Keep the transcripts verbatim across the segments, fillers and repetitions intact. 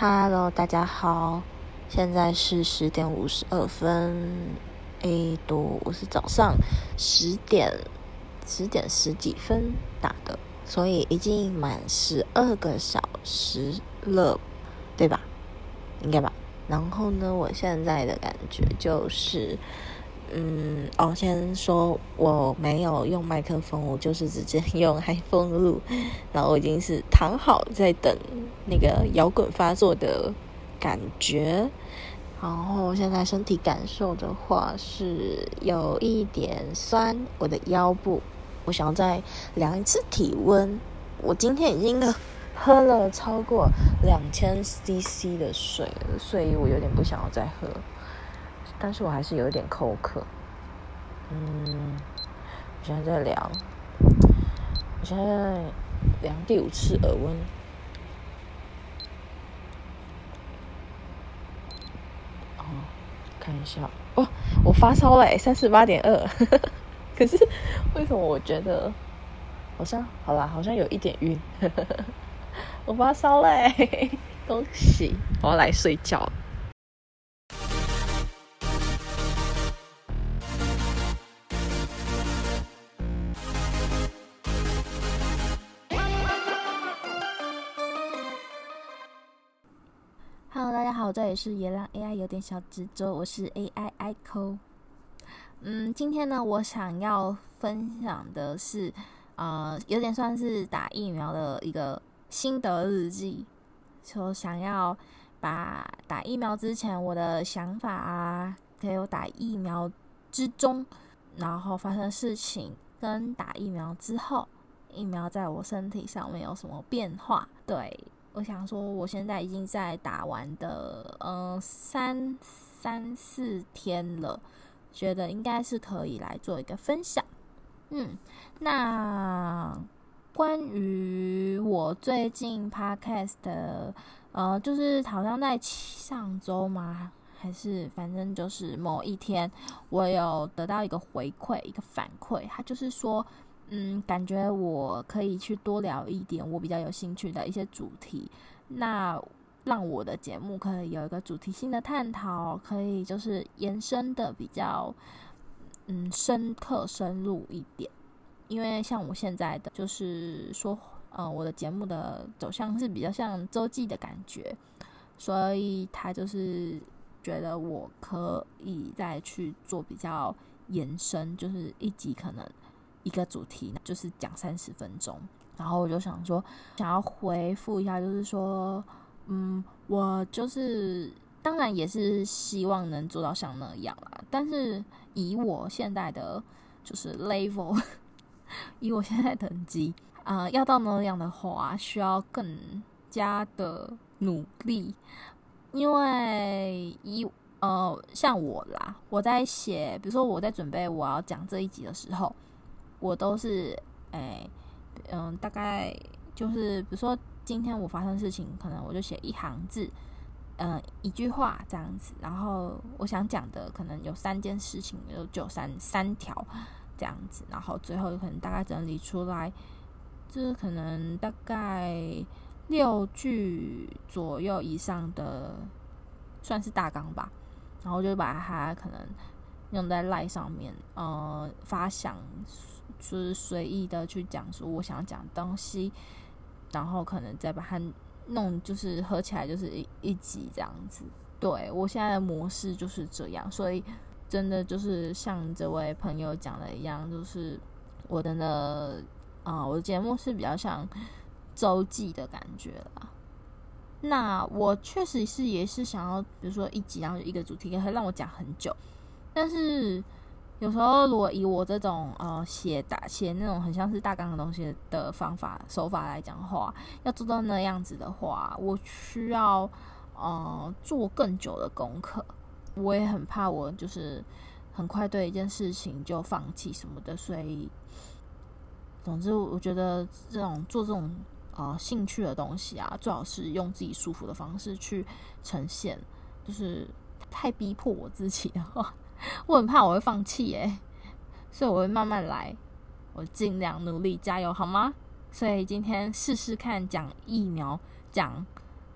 Hello，大家好，现在是十点五十二分，诶，多我是早上十点十点十几分打的，所以已经满十二个小时了，对吧？应该吧。然后呢，我现在的感觉就是，嗯，哦，先说我没有用麦克风，我就是直接用 iPhone 录，然后我已经是躺好在等那个摇滚发作的感觉。然后现在身体感受的话是有一点酸，我的腰部，我想要再量一次体温。我今天已经的喝了超过两千 C C 的水了，所以我有点不想要再喝，但是我还是有一点口渴。嗯，我现在在量，我现在量第五次耳温。哦，看一下，哦，我发烧了，三十八点二。可是为什么我觉得好像好啦，好像有一点晕。我发烧嘞，恭喜！我要来睡觉。Hello， 大家好，这里是也让 A I 有点小执着，我是 A I Echo。嗯，今天呢，我想要分享的是，呃，有点算是打疫苗的一个心得日记，就想要把打疫苗之前我的想法啊，还有打疫苗之中，然后发生的事情，跟打疫苗之后，疫苗在我身体上面有什么变化？对，我想说，我现在已经在打完的，嗯、呃，三三四天了。觉得应该是可以来做一个分享。嗯，那关于我最近 podcast 的，呃，就是好像在上周嘛，还是反正就是某一天，我有得到一个回馈，一个反馈，他就是说，嗯，感觉我可以去多聊一点我比较有兴趣的一些主题。那让我的节目可以有一个主题性的探讨，可以就是延伸的比较嗯深刻深入一点。因为像我现在的就是说，呃，我的节目的走向是比较像周记的感觉，所以他就是觉得我可以再去做比较延伸，就是一集可能一个主题就是讲三十分钟。然后我就想说，想要回复一下，就是说。嗯，我就是当然也是希望能做到像那样啦，但是以我现在的就是 level， 以我现在的等级，呃，要到那样的话，需要更加的努力，因为以呃像我啦，我在写，比如说我在准备我要讲这一集的时候，我都是诶，嗯、呃，大概就是比如说。今天我发生事情，可能我就写一行字，呃，一句话这样子。然后我想讲的可能有三件事情，有就三三条这样子。然后最后可能大概整理出来，就是可能大概六句左右以上的，算是大纲吧。然后就把它可能用在 LINE 上面，呃，发想就是随意的去讲说我想讲的东西。然后可能再把它弄，就是合起来就是一一集这样子。对，我现在的模式就是这样，所以真的就是像这位朋友讲的一样，就是我的呢，啊、呃，我的节目是比较像周记的感觉啦。那我确实是也是想要，比如说一集然后一个主题，可以让我讲很久，但是。有时候，如果以我这种呃写大写那种很像是大纲的东西的方法手法来讲的话，要做到那样子的话，我需要呃做更久的功课。我也很怕我就是很快对一件事情就放弃什么的，所以总之我觉得这种做这种呃兴趣的东西啊，最好是用自己舒服的方式去呈现，就是太逼迫我自己的话。我很怕我会放弃耶，所以我会慢慢来，我尽量努力加油好吗？所以今天试试看讲疫苗，讲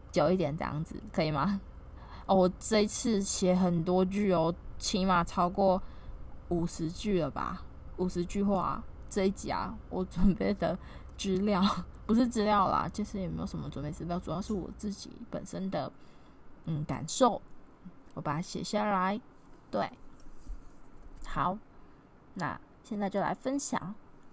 久一点这样子，可以吗？哦，我这一次写很多句哦，起码超过五十句了吧，五十句话。这一集啊，我准备的资料不是资料啦，就是也没有什么准备资料，主要是我自己本身的嗯感受，我把它写下来。对，好，那现在就来分享。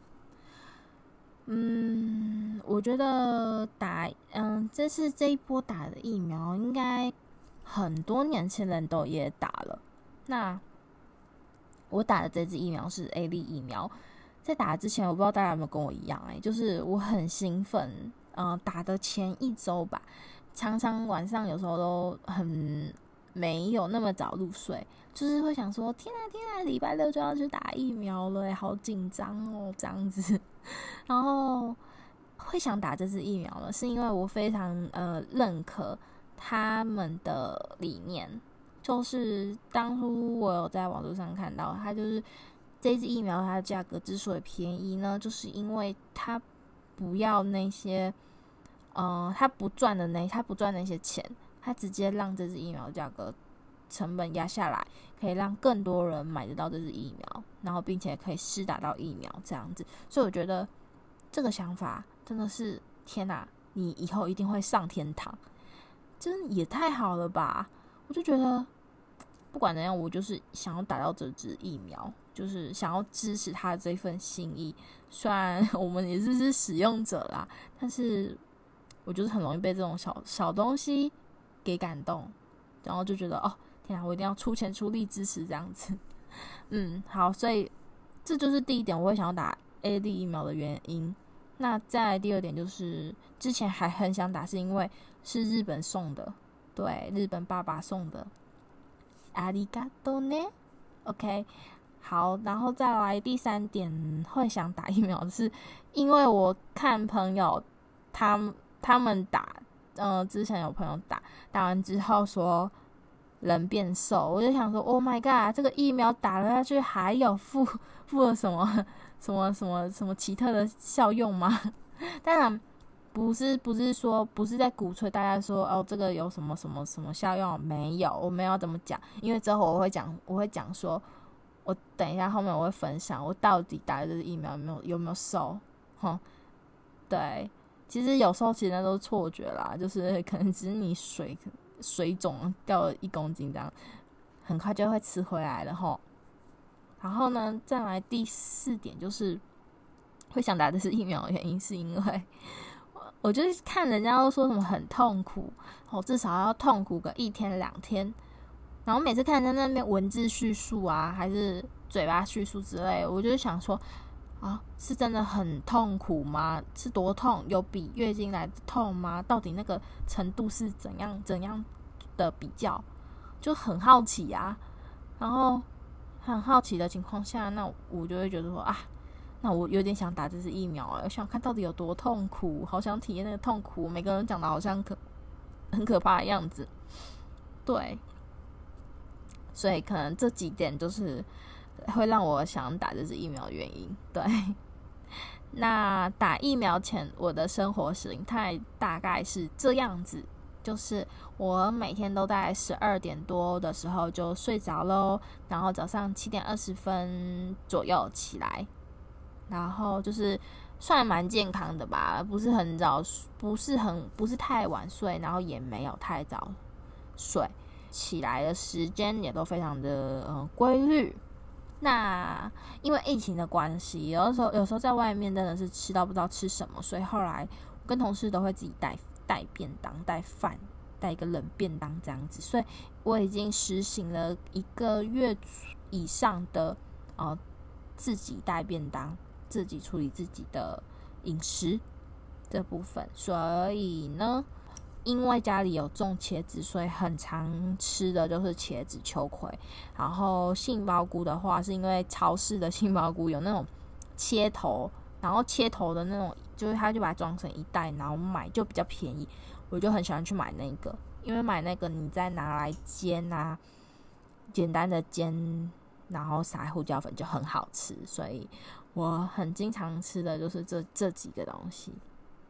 嗯，我觉得打嗯这次这一波打的疫苗，应该很多年轻人都也打了。那我打的这支疫苗是 A 粒疫苗。在打之前，我不知道大家有没有跟我一样、欸，就是我很兴奋，呃，打的前一周吧，常常晚上有时候都很没有那么早入睡，就是会想说，天啊天啊，礼拜六就要去打疫苗了、欸，好紧张哦，这样子。然后会想打这支疫苗呢，是因为我非常呃认可他们的理念，就是当初我有在网络上看到，他就是。这支疫苗它的价格之所以便宜呢，就是因为它不要那些，呃，它不赚的那，它不赚那些钱，它直接让这支疫苗价格成本压下来，可以让更多人买得到这支疫苗，然后并且可以施打到疫苗这样子。所以我觉得这个想法真的是天哪，你以后一定会上天堂，真也太好了吧！我就觉得不管怎样，我就是想要打到这支疫苗。就是想要支持他的这份心意，虽然我们也是是使用者啦，但是我就是很容易被这种小小东西给感动，然后就觉得哦，天啊，我一定要出钱出力支持这样子。嗯，好，所以这就是第一点，我会想要打 A D 疫苗的原因。那再来第二点就是之前还很想打，是因为是日本送的，对，日本爸爸送的。ありがとうね ，OK。好，然后再来第三点会想打疫苗的是，因为我看朋友他们他们打，呃，之前有朋友打，打完之后说人变瘦，我就想说 ，Oh my god， 这个疫苗打了下去还有附附了什么什么什么什么奇特的效用吗？当然不是不是说不是在鼓吹大家说哦这个有什么什么什么效用，没有，我没有怎么讲，因为之后我会讲我会讲说。我等一下后面我会分享我到底打的这个疫苗有没有有没有瘦，哼，对，其实有时候其实那都是错觉啦，就是可能只是你水水肿掉了一公斤这样，很快就会吃回来了吼。然后呢，再来第四点就是会想打这支疫苗的原因，是因为我就是看人家都说什么很痛苦，哦，至少要痛苦个一天两天。然后每次看人家那边文字叙述啊，还是嘴巴叙述之类的，我就想说，啊，是真的很痛苦吗？是多痛？有比月经来的痛吗？到底那个程度是怎样怎样的比较？就很好奇啊。然后很好奇的情况下，那我就会觉得说啊，那我有点想打这支疫苗了，我想看到底有多痛苦，好想体验那个痛苦。每个人讲的好像可很可怕的样子，对。所以可能这几点就是会让我想打这支疫苗的原因。对，那打疫苗前我的生活形态大概是这样子，就是我每天都大概十二点多的时候就睡着咯，然后早上七点二十分左右起来，然后就是算蛮健康的吧，不是很早，不是很不是太晚睡，然后也没有太早睡。起来的时间也都非常的呃规律。那因为疫情的关系，有的时候有时候在外面真的是吃到不知道吃什么，所以后来跟同事都会自己带带便当、带饭、带一个冷便当这样子。所以我已经实行了一个月以上的呃自己带便当、自己处理自己的饮食这部分。所以呢。因为家里有种茄子，所以很常吃的就是茄子、秋葵。然后杏鲍菇的话，是因为超市的杏鲍菇有那种切头，然后切头的那种，就是他就把它装成一袋，然后买就比较便宜。我就很喜欢去买那个，因为买那个你再拿来煎啊，简单的煎，然后撒胡椒粉就很好吃。所以我很经常吃的就是这这几个东西。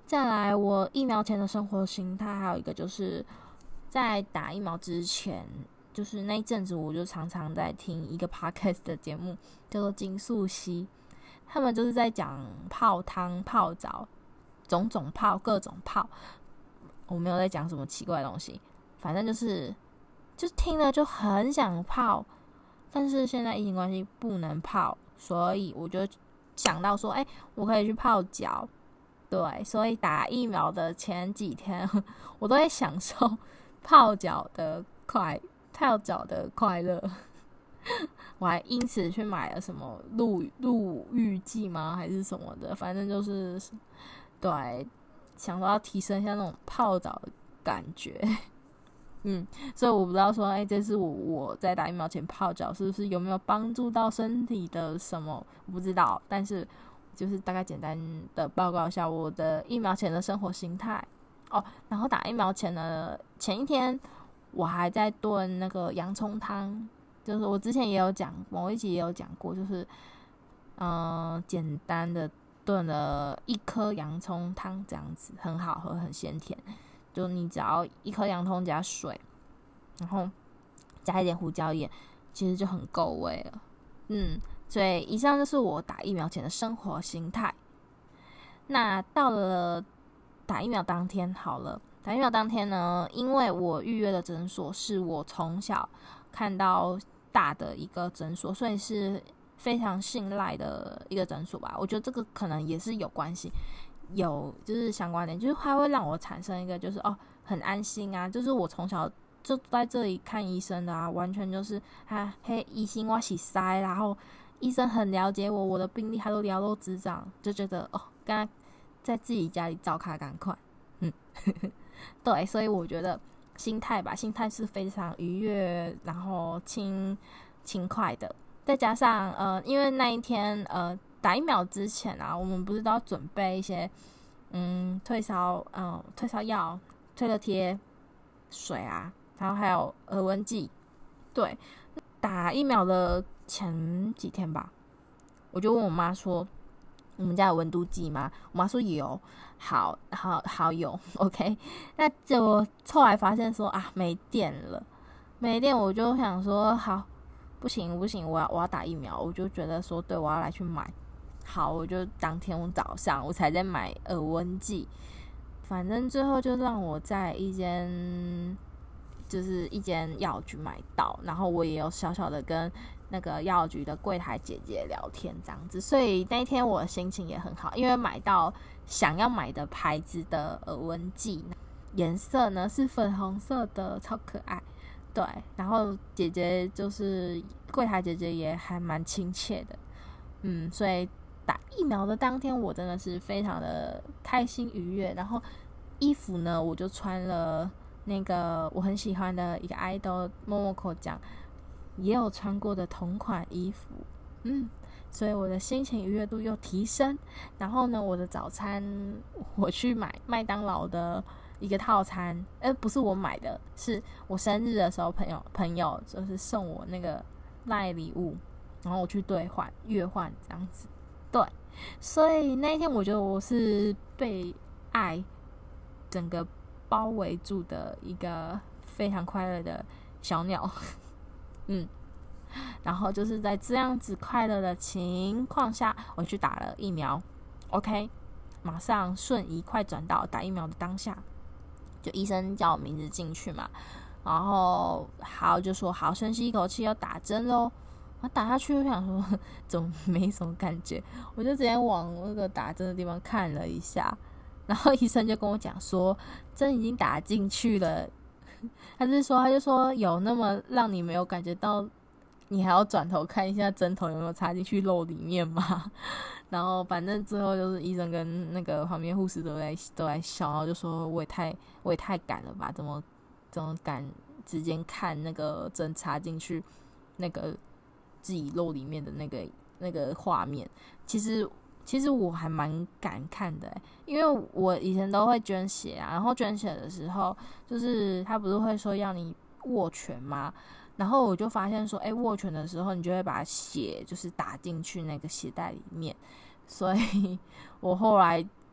再来，我疫苗前的生活形态，还有一个就是在打疫苗之前，就是那一阵子，我就常常在听一个 podcast 的节目，叫做金素熙。他们就是在讲泡汤、泡澡，种种泡，各种泡。我没有在讲什么奇怪的东西，反正就是就听了就很想泡，但是现在疫情关系不能泡，所以我就想到说，哎、欸，我可以去泡脚。对，所以打疫苗的前几天，我都在享受泡脚的快泡脚的快乐。我还因此去买了什么露露浴剂吗？还是什么的？反正就是对，想说要提升一下那种泡澡的感觉。嗯，所以我不知道说，哎、欸，这是我我在打疫苗前泡脚，是不是有没有帮助到身体的什么？我不知道，但是。就是大概简单的报告一下我的疫苗前的生活形态哦。然后打疫苗前的前一天，我还在炖那个洋葱汤，就是我之前也有讲，某一集也有讲过，就是嗯、呃，简单的炖了一颗洋葱汤，这样子很好喝，很鲜甜。就你只要一颗洋葱加水，然后加一点胡椒盐，其实就很够味了。嗯。所以以上就是我打疫苗前的生活形态。那到了打疫苗当天好了，打疫苗当天呢，因为我预约的诊所是我从小看到大的一个诊所，所以是非常信赖的一个诊所吧。我觉得这个可能也是有关系，有就是相关点，就是它会让我产生一个就是哦很安心啊，就是我从小就在这里看医生的啊，完全就是啊嘿医生我是塞，然后。医生很了解我，我的病历他都了如指掌，就觉得哦，刚刚在自己家里照卡赶快，嗯，对，所以我觉得心态吧，心态是非常愉悦，然后轻轻快的。再加上呃，因为那一天呃打疫苗之前啊，我们不是都要准备一些嗯退烧嗯、呃、退烧药、退热贴、水啊，然后还有额温计。对，打疫苗的前几天吧，我就问我妈说：“我们家有温度计吗？”我妈说有，好好好有 ，OK。那结果后来发现说啊，没电了，没电，我就想说好，不行不行，我要我要打疫苗，我就觉得说对，我要来去买。好，我就当天早上我才在买额温计，反正最后就让我在一间。就是一间药局买到，然后我也有小小的跟那个药局的柜台姐姐聊天这样子，所以那一天我的心情也很好，因为买到想要买的牌子的额温计，颜色呢是粉红色的，超可爱。对，然后姐姐就是柜台姐姐也还蛮亲切的，嗯，所以打疫苗的当天我真的是非常的开心愉悦，然后衣服呢我就穿了。那个我很喜欢的一个 idol Momoko 酱也有穿过的同款衣服，嗯，所以我的心情愉悦度又提升。然后呢，我的早餐我去买麦当劳的一个套餐，呃，不是我买的，是我生日的时候朋友朋友就是送我那个赖礼物，然后我去兑换月换这样子。对，所以那一天我觉得我是被爱整个。包围住的一个非常快乐的小鸟，嗯，然后就是在这样子快乐的情况下，我去打了疫苗 ，OK， 马上瞬移快转到打疫苗的当下，就医生叫我名字进去嘛，然后好就说好，深吸一口气要打针咯。我打下去，我想说怎么没什么感觉，我就直接往那个打针的地方看了一下。然后医生就跟我讲说，针已经打进去了。他是说，他就说有那么让你没有感觉到，你还要转头看一下针头有没有插进去肉里面吗？然后反正最后就是医生跟那个旁边护士都在都在笑，然后就说我也太我也太赶了吧，怎么怎么敢直接看那个针插进去那个自己肉里面的那个那个画面？其实。其实我还蛮敢看的、欸，因为我以前都会捐血啊，然后捐血的时候，就是他不是会说要你握拳吗？然后我就发现说，哎、欸，握拳的时候，你就会把血就是打进去那个血袋里面，所以我后来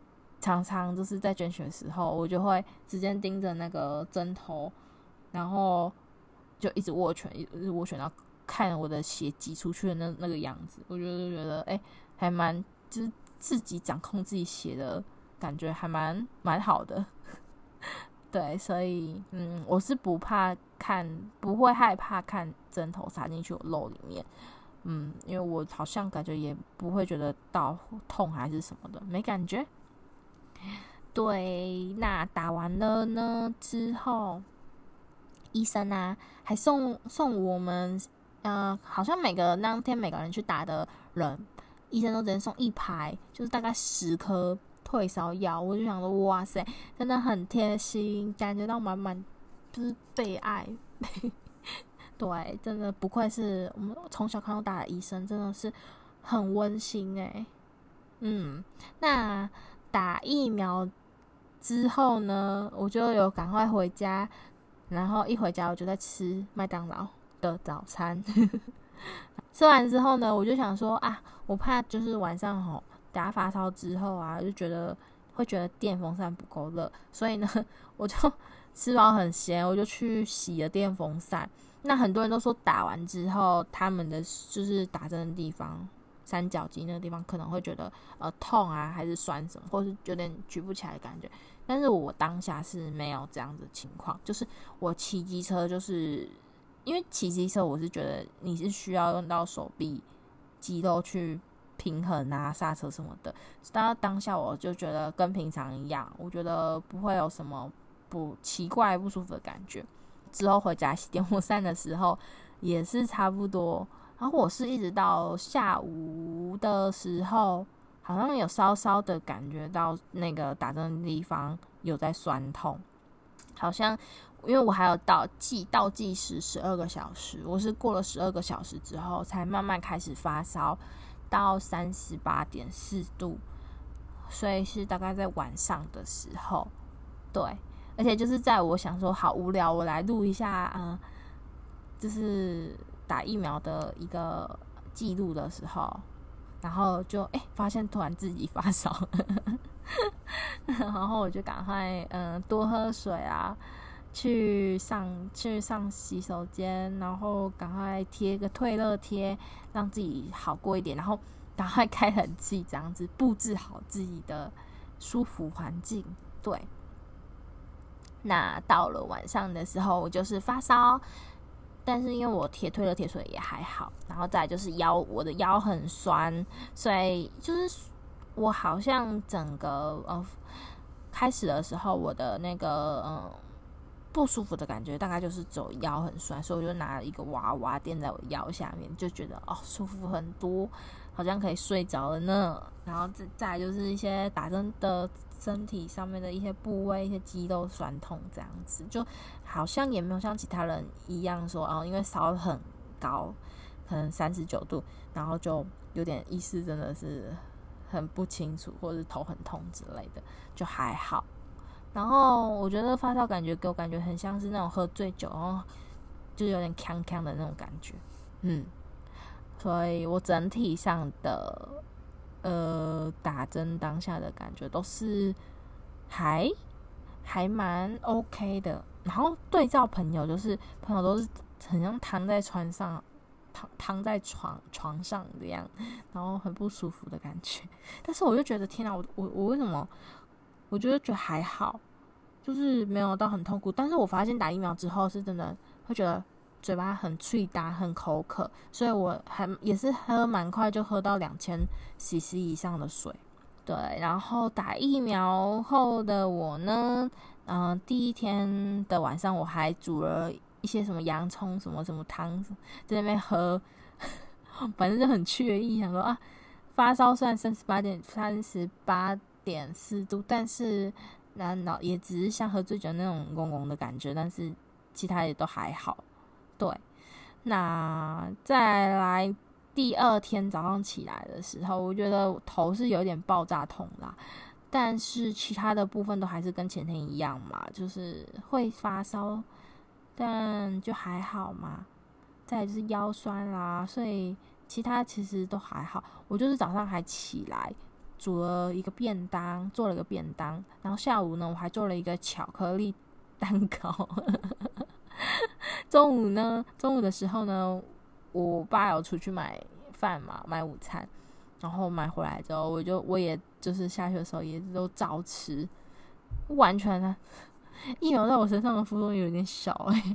常常就是在捐血的时候，我就会直接盯着那个针头，然后就一直握拳，一直握拳，然后看我的血挤出去的那那个样子，我就觉得哎、欸，还蛮就是自己掌控自己血的感觉，还蛮蛮好的。对，所以嗯，我是不怕看，不会害怕看针头插进去我肉里面。嗯，因为我好像感觉也不会觉得到痛还是什么的，没感觉。对，那打完了呢之后，医生啊还送送我们，呃，好像每个当天每个人去打的人，医生都直接送一排，就是大概十颗退烧药。我就想说，哇塞，真的很贴心，感觉到满满就是被爱。对，真的不愧是我们从小看到大的医生，真的是很温馨哎。嗯，那打疫苗之后呢，我就有赶快回家，然后一回家我就在吃麦当劳的早餐。吃完之后呢，我就想说啊，我怕就是晚上吼打发烧之后啊，就觉得会觉得电风扇不够热，所以呢，我就吃饱很闲，我就去洗了电风扇。那很多人都说打完之后，他们的就是打针的地方，三角肌那个地方可能会觉得呃痛啊，还是酸什么，或是有点举不起来的感觉。但是我当下是没有这样的情况，就是我骑机车，就是因为骑机车，我是觉得你是需要用到手臂肌肉去平衡啊、刹车什么的。但当下我就觉得跟平常一样，我觉得不会有什么不奇怪、不舒服的感觉。之后回家洗电风扇的时候也是差不多，然后我是一直到下午的时候，好像有稍稍的感觉到那个打针的地方有在酸痛，好像因为我还有倒计倒计时十二个小时，我是过了十二个小时之后才慢慢开始发烧到三十八点四度，所以是大概在晚上的时候，对。而且就是在我想说好无聊，我来录一下，嗯，就是打疫苗的一个记录的时候，然后就哎、欸、发现突然自己发烧，然后我就赶快嗯多喝水啊，去上去上洗手间，然后赶快贴个退热贴，让自己好过一点，然后赶快开冷气，这样子布置好自己的舒服环境，对。那到了晚上的时候，我就是发烧，但是因为我贴退热贴，所以也还好。然后再来就是腰，我的腰很酸，所以就是我好像整个呃开始的时候，我的那个嗯不舒服的感觉大概就是走腰很酸，所以我就拿了一个娃娃垫在我腰下面，就觉得哦舒服很多，好像可以睡着了呢。然后再再来就是一些打针的身体上面的一些部位、一些肌肉酸痛这样子，就好像也没有像其他人一样说哦，因为烧很高，可能三十九度，然后就有点意识真的是很不清楚，或者是头很痛之类的，就还好。然后我觉得发烧感觉给我感觉很像是那种喝醉酒，然后就有点呛呛的那种感觉，嗯，所以我整体上的呃打针当下的感觉都是还还蛮 OK 的。然后对照朋友，就是朋友都是很像躺在床上，躺躺在床床上这样，然后很不舒服的感觉。但是我就觉得天啊，我我我为什么？我觉得觉得还好，就是没有到很痛苦。但是我发现打疫苗之后是真的会觉得嘴巴很脆打，很口渴，所以我还也是喝蛮快，就喝到两千 C C 以上的水。对，然后打疫苗后的我呢，嗯、呃，第一天的晚上我还煮了一些什么洋葱什么什么汤，在那边喝，反正就很惬意，想说啊，发烧虽然三十八点三十八点四度，但是难道也只是像喝醉酒那种嗡嗡的感觉，但是其他也都还好。对，那再来第二天早上起来的时候，我觉得头是有点爆炸痛啦，但是其他的部分都还是跟前天一样嘛，就是会发烧，但就还好嘛。再来就是腰酸啦，所以其他其实都还好。我就是早上还起来煮了一个便当，做了一个便当，然后下午呢我还做了一个巧克力蛋糕。中午呢，中午的时候呢，我爸有出去买饭嘛，买午餐，然后买回来之后，我就我也就是下去的时候也都照吃，完全呢疫苗在我身上的副作用有点小哎、欸。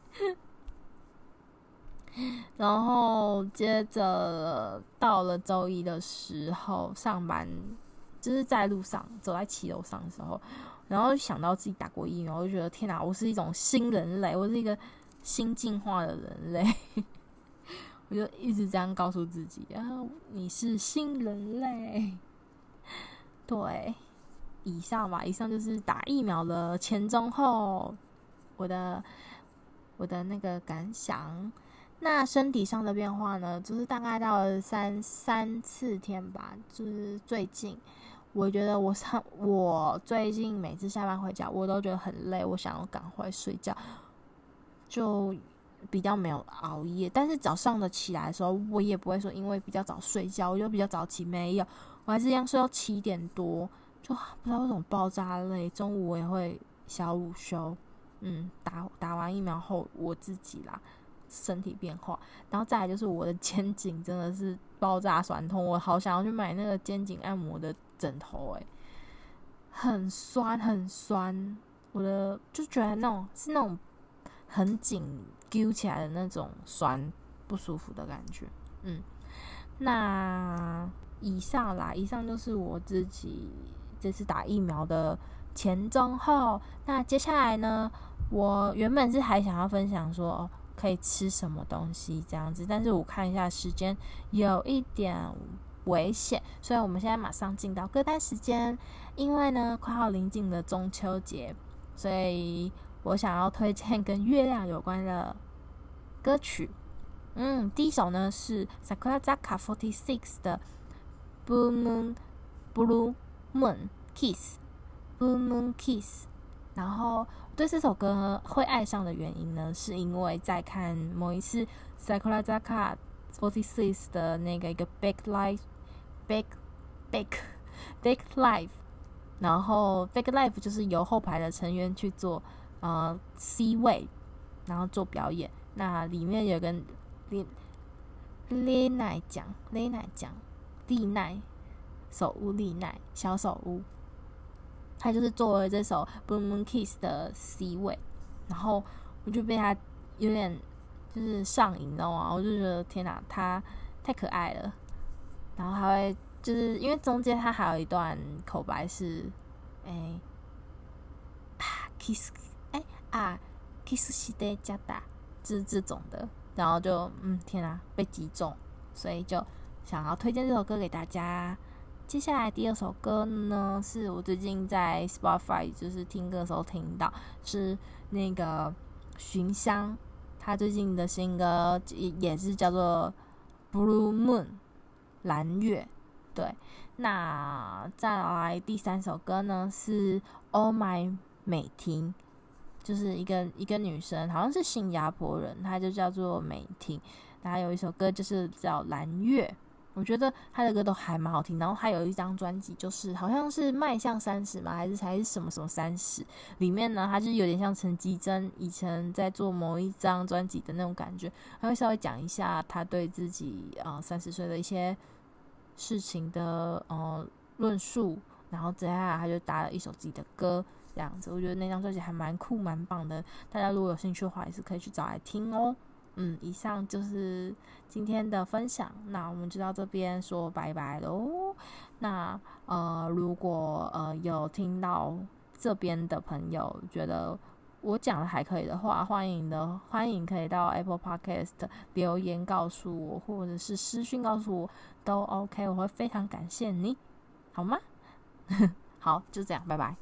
然后接着到了周一的时候上班，就是在路上走在骑楼上的时候，然后想到自己打过疫苗，我就觉得天哪，我是一种新人类，我是一个新进化的人类。我就一直这样告诉自己啊，你是新人类。对，以上吧，以上就是打疫苗的前中后，我的我的那个感想。那身体上的变化呢，就是大概到了三三四天吧，就是最近，我觉得我上我最近每次下班回家，我都觉得很累，我想要赶快睡觉，就比较没有熬夜。但是早上的起来的时候，我也不会说因为比较早睡觉，我就比较早起，没有，我还是一样睡到七点多，就不知道为什么爆炸累。中午我也会小午休，嗯，打打完疫苗后我自己啦。身体变化，然后再来就是我的肩颈真的是爆炸酸痛，我好想要去买那个肩颈按摩的枕头，哎，很酸很酸，我的就觉得那种是那种很紧揪起来的那种酸，不舒服的感觉。嗯，那以上啦，以上就是我自己这次打疫苗的前中后。那接下来呢，我原本是还想要分享说。哦可以吃什么东西这样子，但是我看一下时间有一点危险，所以我们现在马上进到歌单时间。因为呢快要临近了中秋节，所以我想要推荐跟月亮有关的歌曲。嗯，第一首呢是 Sakurazaka forty-six 的 Blue Moon Blue Moon Kiss Blue Moon Kiss。然后对这首歌会爱上的原因呢，是因为在看某一次 Sakurazaka forty-six 的那个一个 Big Life Big Big Big Life， 然后 Big Life 就是由后排的成员去做呃 C 位，然后做表演。那里面有个丽奈奖丽奈奖丽奈手屋丽奈小手屋。他就是作为这首 Blue Moon Kiss 的 C 位，然后我就被他有点就是上瘾，你知道吗？我就觉得天哪，他太可爱了。然后还会就是因为中间他还有一段口白是，哎啊 kiss 哎啊 kiss して加打，就是这种的。然后就嗯天哪，被击中，所以就想要推荐这首歌给大家。接下来第二首歌呢，是我最近在 Spotify 就是听歌的时候听到，是那个寻香，他最近的新歌也是叫做 Blue Moon 蓝月。对，那再来第三首歌呢是 Oh My 美婷，就是一个一个女生，好像是新加坡人，她就叫做美婷，她有一首歌就是叫蓝月。我觉得他的歌都还蛮好听，然后还有一张专辑，就是好像是迈向三十嘛，还是还是什么什么三十，里面呢，他就有点像陈绮贞以前在做某一张专辑的那种感觉，他会稍微讲一下他对自己呃三十岁的一些事情的呃论述，然后接下来他就搭了一首自己的歌，这样子，我觉得那张专辑还蛮酷蛮棒的，大家如果有兴趣的话，也是可以去找来听哦。嗯，以上就是今天的分享，那我们就到这边说拜拜喽。那呃，如果呃有听到这边的朋友觉得我讲的还可以的话，欢迎的欢迎可以到 Apple Podcast 留言告诉我，或者是私讯告诉我都 OK， 我会非常感谢你，好吗？好，就这样，拜拜。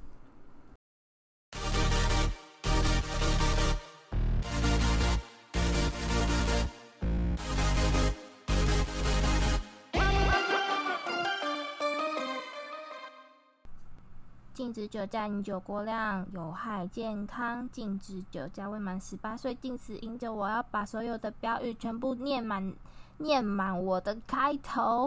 禁止酒驾、饮酒过量有害健康。禁止酒驾，未满十八岁禁止饮酒。我要把所有的标语全部念满，念满我的开头。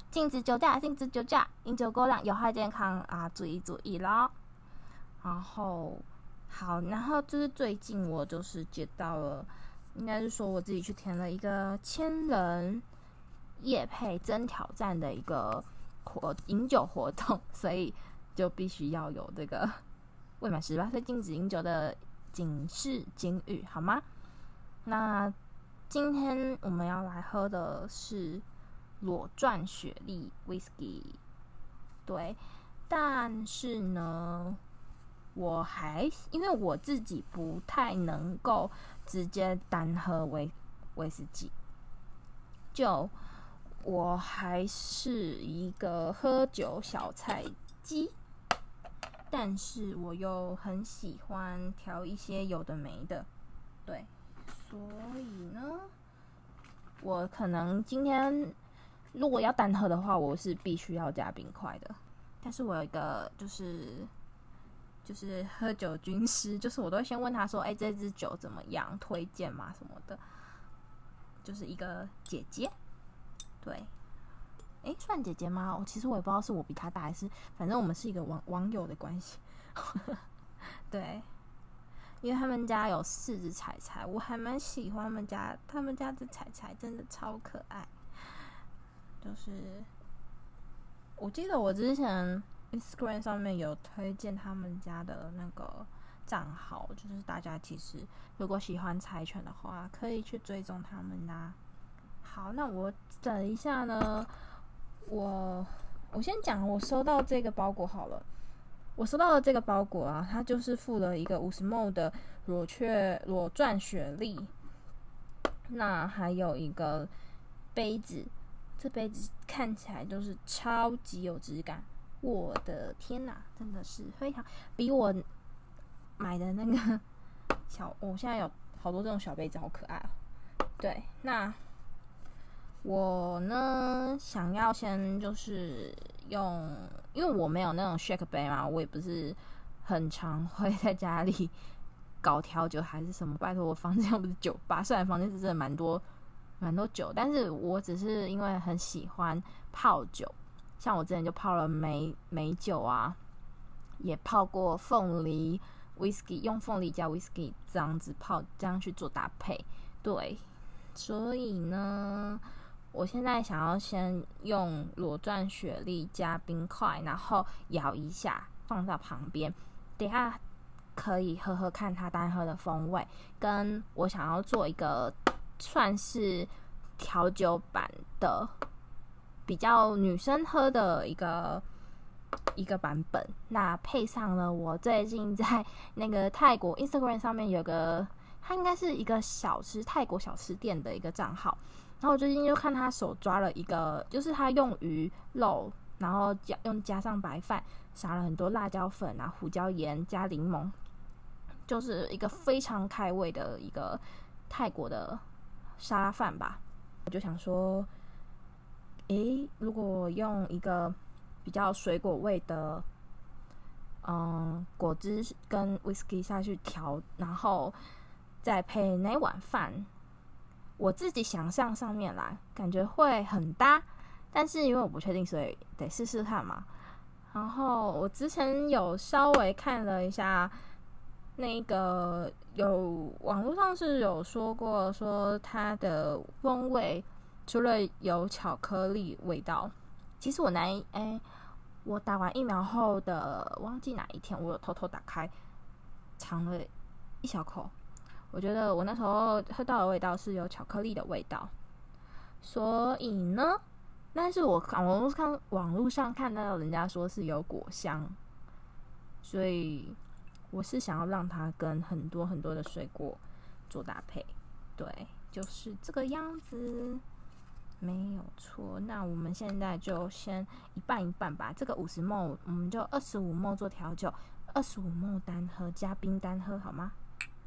禁止酒驾，禁止酒驾，饮酒过量有害健康啊，注意注意咯。然后好，然后就是最近我就是接到了，应该是说我自己去填了一个千人业配真挑战的一个活饮酒活动，所以就必须要有这个未满十八岁禁止饮酒的警示警语，好吗？那今天我们要来喝的是裸钻雪莉 whisky， 对，但是呢，我还因为我自己不太能够直接单喝威威士忌，就我还是一个喝酒小菜鸡，但是我又很喜欢调一些有的没的，对，所以呢，我可能今天如果要单喝的话，我是必须要加冰块的。但是我有一个就是就是喝酒军师，就是我都会先问他说：“哎、欸，这支酒怎么样？推荐吗？什么的？”就是一个姐姐，对，哎、欸，算姐姐吗？我其实我也不知道是我比她大还是，反正我们是一个网网友的关系。对，因为他们家有四只彩彩，我还蛮喜欢他们家，他们家的彩彩真的超可爱。就是我记得我之前 Instagram 上面有推荐他们家的那个账号，就是大家其实如果喜欢柴犬的话，可以去追踪他们啦。好，那我等一下呢，我我先讲我收到这个包裹好了。我收到的这个包裹啊，它就是附了一个 五十 ml 的裸雀裸钻雪莉，那还有一个杯子，这杯子看起来就是超级有质感，我的天哪，真的是非常比我买的那个小，我、哦、现在有好多这种小杯子，好可爱哦。对，那我呢想要先就是用，因为我没有那种 shake 杯嘛，我也不是很常会在家里搞调酒还是什么，拜托我房间又不是酒吧，虽然房间是真的蛮多蛮多酒，但是我只是因为很喜欢泡酒，像我之前就泡了梅梅酒啊，也泡过凤梨 whisky， 用凤梨加 whisky 这样子泡，这样去做搭配，对，所以呢。我现在想要先用裸钻雪莉加冰块，然后摇一下放到旁边，等一下可以喝喝看它单喝的风味。跟我想要做一个算是调酒版的，比较女生喝的一个一个版本。那配上了我最近在那个泰国 Instagram 上面有个，它应该是一个小吃泰国小吃店的一个账号。然后我最近就看他手抓了一个，就是他用鱼肉，然后加用加上白饭，撒了很多辣椒粉啊、胡椒盐加柠檬，就是一个非常开胃的一个泰国的沙拉饭吧。我就想说，诶，如果用一个比较水果味的，嗯，果汁跟 whisky 下去调，然后再配那碗饭。我自己想象上面来，感觉会很搭，但是因为我不确定，所以得试试看嘛。然后我之前有稍微看了一下，那个有网络上是有说过，说它的风味除了有巧克力味道，其实我那一哎，我打完疫苗后的忘记哪一天，我有偷偷打开尝了一小口。我觉得我那时候喝到的味道是有巧克力的味道，所以呢，但是我看网络上网络上看到人家说是有果香，所以我是想要让它跟很多很多的水果做搭配，对，就是这个样子，没有错。那我们现在就先一半一半吧，这个五十 ml 我们就二十五 ml 做调酒，二十五 ml 单喝加冰单喝好吗？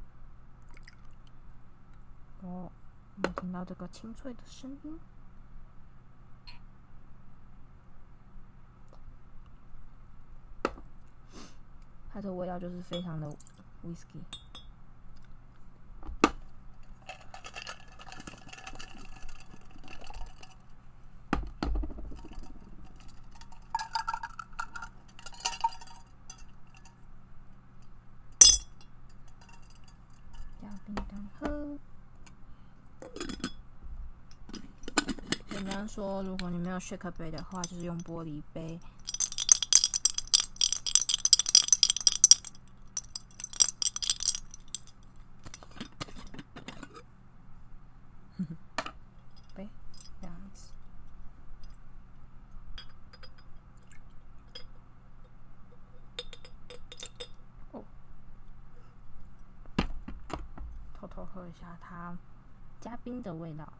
哦，我们听到这个清脆的声音，它的味道就是非常的 whisky。 加冰单喝。人家说，如果你没有 shake 杯的话，就是用玻璃杯。杯这样子。哦，偷偷喝一下它加冰的味道。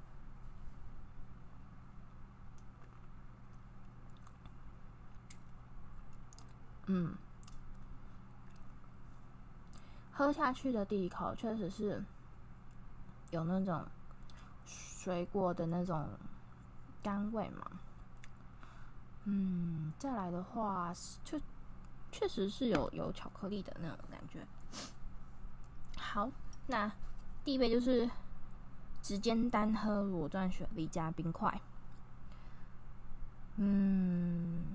嗯，喝下去的第一口确实是有那种水果的那种甘味嘛。嗯，再来的话，就确实是有有巧克力的那种感觉。好，那第一杯就是直接单喝裸钻雪莉加冰块。嗯。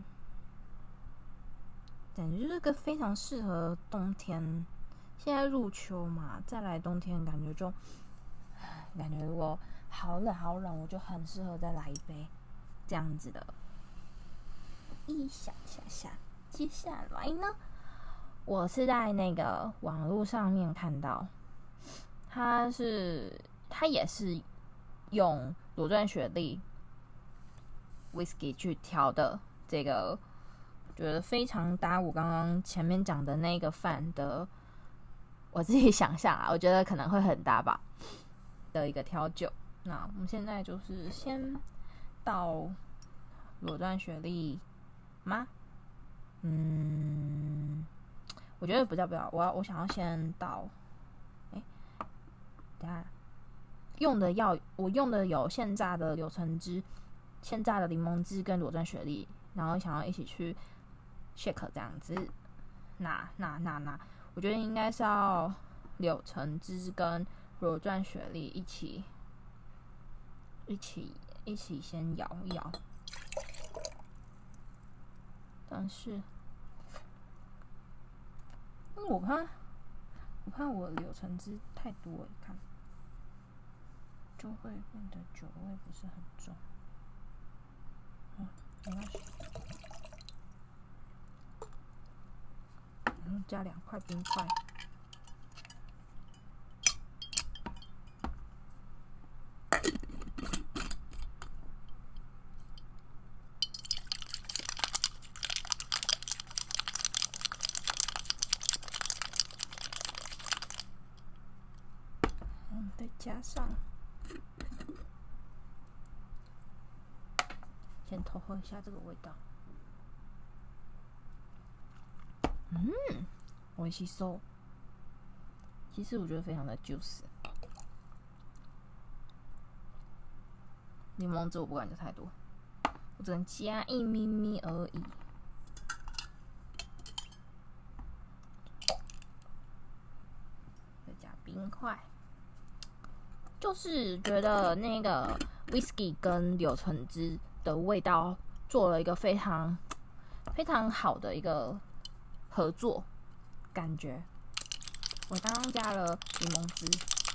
感觉就是个非常适合冬天，现在入秋嘛，再来冬天感觉就，感觉如果好冷好冷，我就很适合再来一杯这样子的。一下下下，接下来呢，我是在那个网络上面看到，它是它也是用裸钻雪莉 whisky 去调的这个。觉得非常搭我刚刚前面讲的那个饭的，我自己想象啊，我觉得可能会很搭吧的一个调酒。那我们现在就是先倒裸钻雪莉吗？嗯，我觉得不要不要，我要我想要先倒，哎、欸，等一下用的要我用的有现榨的柳橙汁、现榨的柠檬汁跟裸钻雪莉，然后想要一起去。shake 这样子，那那那那，我觉得应该是要柳橙汁跟裸钻雪莉一起，一起一起先摇一摇。但是，我怕我怕我柳橙汁太多了，看就会变得酒味不是很重。嗯，没关系。然后加两块冰块，嗯，再加上，先偷喝一下这个味道。嗯，我吸收。其实我觉得非常的 juicy。柠檬汁我不敢加太多，我只能加一咪咪而已。再加冰块，就是觉得那个 whisky 跟柳橙汁的味道做了一个非常非常好的一个合作感觉。我刚刚加了柠檬汁，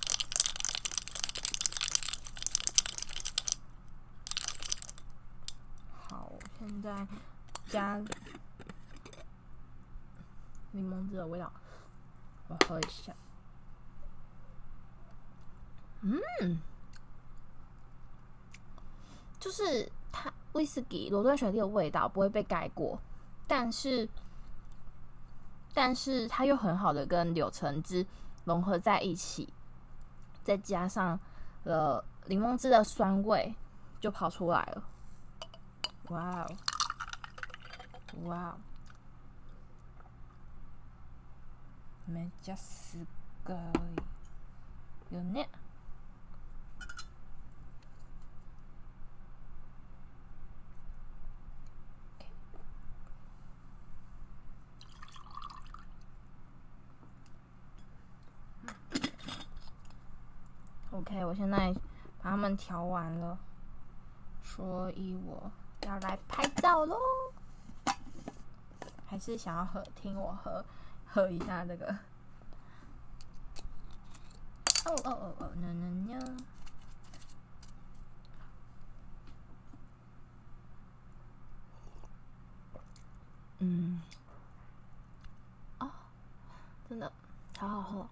好，现在加柠檬汁的味道，我喝一下。嗯，就是它威士忌罗顿雪莉的味道不会被盖过，但是。但是它又很好的跟柳橙汁融合在一起，再加上了柠檬汁的酸味，就跑出来了。哇哦，哇哦，めっちゃすごいよね。OK， 我现在把它们调完了，所以我要来拍照咯。还是想要喝，听我喝喝一下这个哦哦哦哦，呢呢呢。嗯，哦，真的好好喝。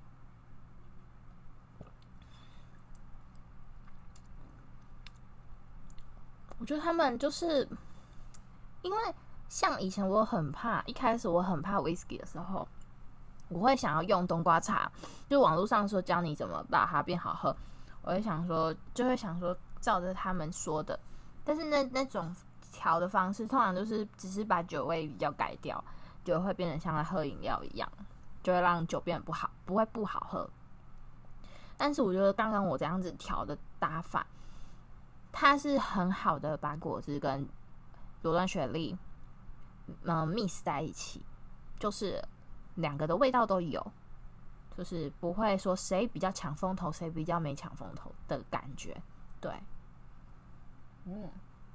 我觉得他们就是因为像以前我很怕，一开始我很怕 whisky 的时候，我会想要用冬瓜茶，就网络上说教你怎么把它变好喝，我会想说，就会想说照着他们说的，但是那那种调的方式，通常就是只是把酒味比较改掉，就会变成像在喝饮料一样，就会让酒变得不好，不会不好喝。但是我觉得刚刚我这样子调的打法，它是很好的把果汁跟罗丹雪莉嗯 mix 在一起，就是两个的味道都有，就是不会说谁比较抢风头，谁比较没抢风头的感觉。对，嗯，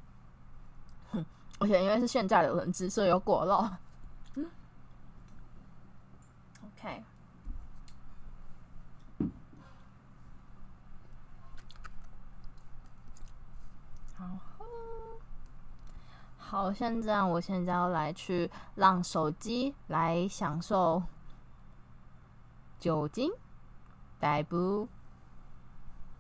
而且因为是现在的人汁，所以有果肉。嗯 ，OK。好，好，现在我现在要来去让手机来享受酒精，逮捕。